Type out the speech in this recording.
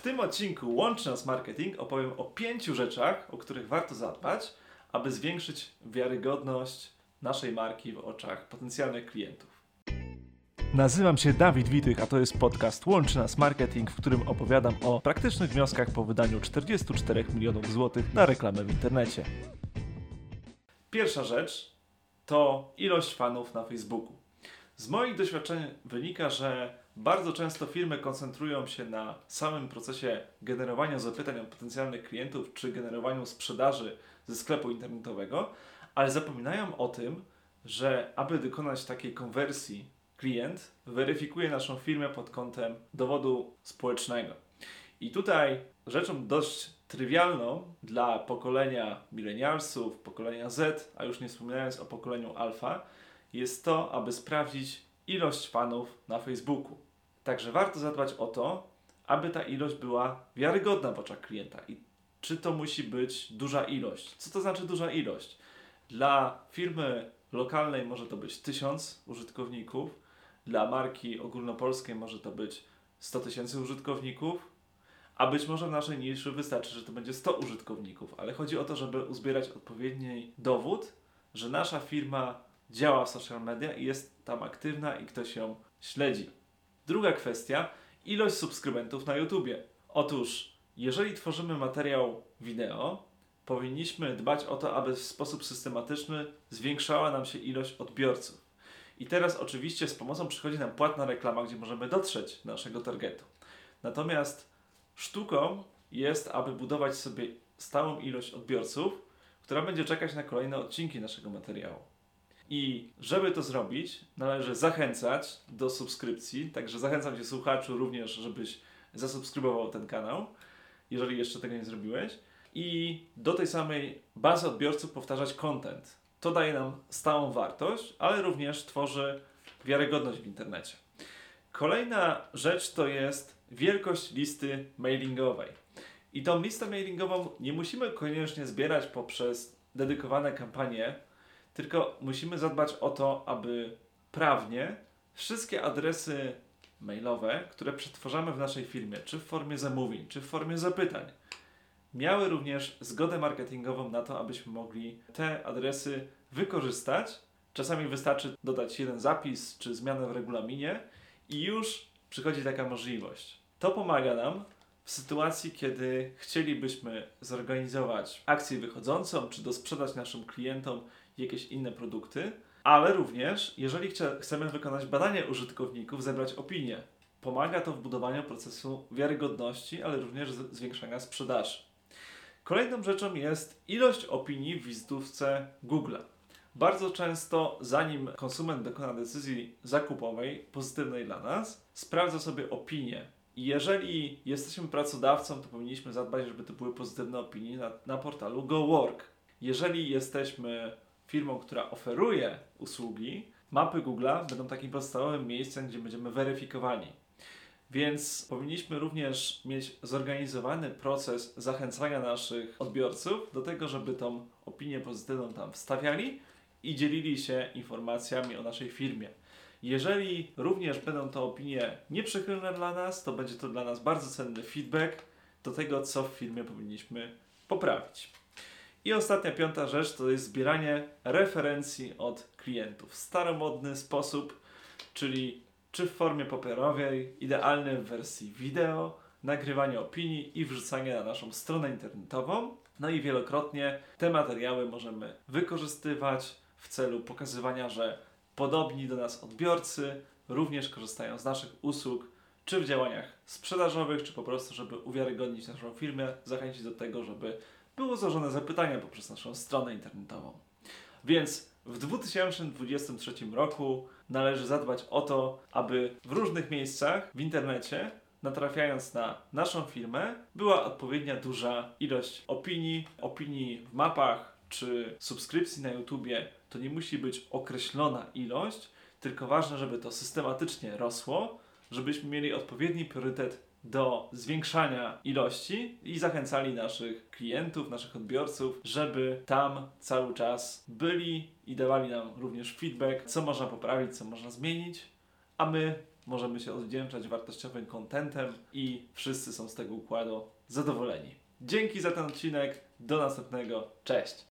tym odcinku Łączy Nas Marketing opowiem o 5 rzeczach, o których warto zadbać, aby zwiększyć wiarygodność naszej marki w oczach potencjalnych klientów. Nazywam się Dawid Witych, a to jest podcast Łączy Nas Marketing, w którym opowiadam o praktycznych wnioskach po wydaniu 44 milionów złotych na reklamę w internecie. Pierwsza rzecz to ilość fanów na Facebooku. Z moich doświadczeń wynika, że bardzo często firmy koncentrują się na samym procesie generowania zapytań od potencjalnych klientów czy generowaniu sprzedaży ze sklepu internetowego, ale zapominają o tym, że aby dokonać takiej konwersji, klient weryfikuje naszą firmę pod kątem dowodu społecznego. I tutaj rzeczą dość trywialną dla pokolenia milenialsów, pokolenia Z, a już nie wspominając o pokoleniu alfa, jest to, aby sprawdzić ilość fanów na Facebooku. Także warto zadbać o to, aby ta ilość była wiarygodna w oczach klienta. I czy to musi być duża ilość? Co to znaczy duża ilość? Dla firmy lokalnej może to być 1000 użytkowników, dla marki ogólnopolskiej może to być 100 000 użytkowników, a być może w naszej niszy wystarczy, że to będzie 100 użytkowników, ale chodzi o to, żeby uzbierać odpowiedni dowód, że nasza firma działa w social media i jest tam aktywna i ktoś ją śledzi. Druga kwestia, ilość subskrybentów na YouTubie. Otóż, jeżeli tworzymy materiał wideo, powinniśmy dbać o to, aby w sposób systematyczny zwiększała nam się ilość odbiorców. I teraz oczywiście z pomocą przychodzi nam płatna reklama, gdzie możemy dotrzeć do naszego targetu. Natomiast sztuką jest, aby budować sobie stałą ilość odbiorców, która będzie czekać na kolejne odcinki naszego materiału. I żeby to zrobić, należy zachęcać do subskrypcji, także zachęcam Cię, słuchaczu, również, żebyś zasubskrybował ten kanał, jeżeli jeszcze tego nie zrobiłeś. I do tej samej bazy odbiorców powtarzać content. To daje nam stałą wartość, ale również tworzy wiarygodność w internecie. Kolejna rzecz to jest wielkość listy mailingowej. I tą listę mailingową nie musimy koniecznie zbierać poprzez dedykowane kampanie, tylko musimy zadbać o to, aby prawnie wszystkie adresy mailowe, które przetwarzamy w naszej firmie, czy w formie zamówień, czy w formie zapytań, miały również zgodę marketingową na to, abyśmy mogli te adresy wykorzystać. Czasami wystarczy dodać jeden zapis, czy zmianę w regulaminie i już przychodzi taka możliwość. To pomaga nam w sytuacji, kiedy chcielibyśmy zorganizować akcję wychodzącą, czy dosprzedać naszym klientom jakieś inne produkty, ale również, jeżeli chcemy wykonać badanie użytkowników, zebrać opinię. Pomaga to w budowaniu procesu wiarygodności, ale również zwiększania sprzedaży. Kolejną rzeczą jest ilość opinii w wizytówce Google. Bardzo często, zanim konsument dokona decyzji zakupowej, pozytywnej dla nas, sprawdza sobie opinie. I jeżeli jesteśmy pracodawcą, to powinniśmy zadbać, żeby to były pozytywne opinie na portalu GoWork. Jeżeli jesteśmy firmą, która oferuje usługi, mapy Google'a będą takim podstawowym miejscem, gdzie będziemy weryfikowani. Więc powinniśmy również mieć zorganizowany proces zachęcania naszych odbiorców do tego, żeby tą opinię pozytywną tam wstawiali i dzielili się informacjami o naszej firmie. Jeżeli również będą to opinie nieprzychylne dla nas, to będzie to dla nas bardzo cenny feedback do tego, co w firmie powinniśmy poprawić. I ostatnia, piąta rzecz to jest zbieranie referencji od klientów w staromodny sposób, czyli czy w formie papierowej, idealnie w wersji wideo, nagrywanie opinii i wrzucanie na naszą stronę internetową. No i wielokrotnie te materiały możemy wykorzystywać w celu pokazywania, że podobni do nas odbiorcy również korzystają z naszych usług, czy w działaniach sprzedażowych, czy po prostu, żeby uwiarygodnić naszą firmę, zachęcić do tego, żeby było złożone zapytania poprzez naszą stronę internetową. Więc w 2023 roku należy zadbać o to, aby w różnych miejscach w internecie, natrafiając na naszą firmę, była odpowiednia duża ilość opinii w mapach czy subskrypcji na YouTubie. To nie musi być określona ilość, tylko ważne, żeby to systematycznie rosło, żebyśmy mieli odpowiedni priorytet do zwiększania ilości i zachęcali naszych klientów, naszych odbiorców, żeby tam cały czas byli i dawali nam również feedback, co można poprawić, co można zmienić, a my możemy się odwdzięczać wartościowym contentem i wszyscy są z tego układu zadowoleni. Dzięki za ten odcinek, do następnego, cześć!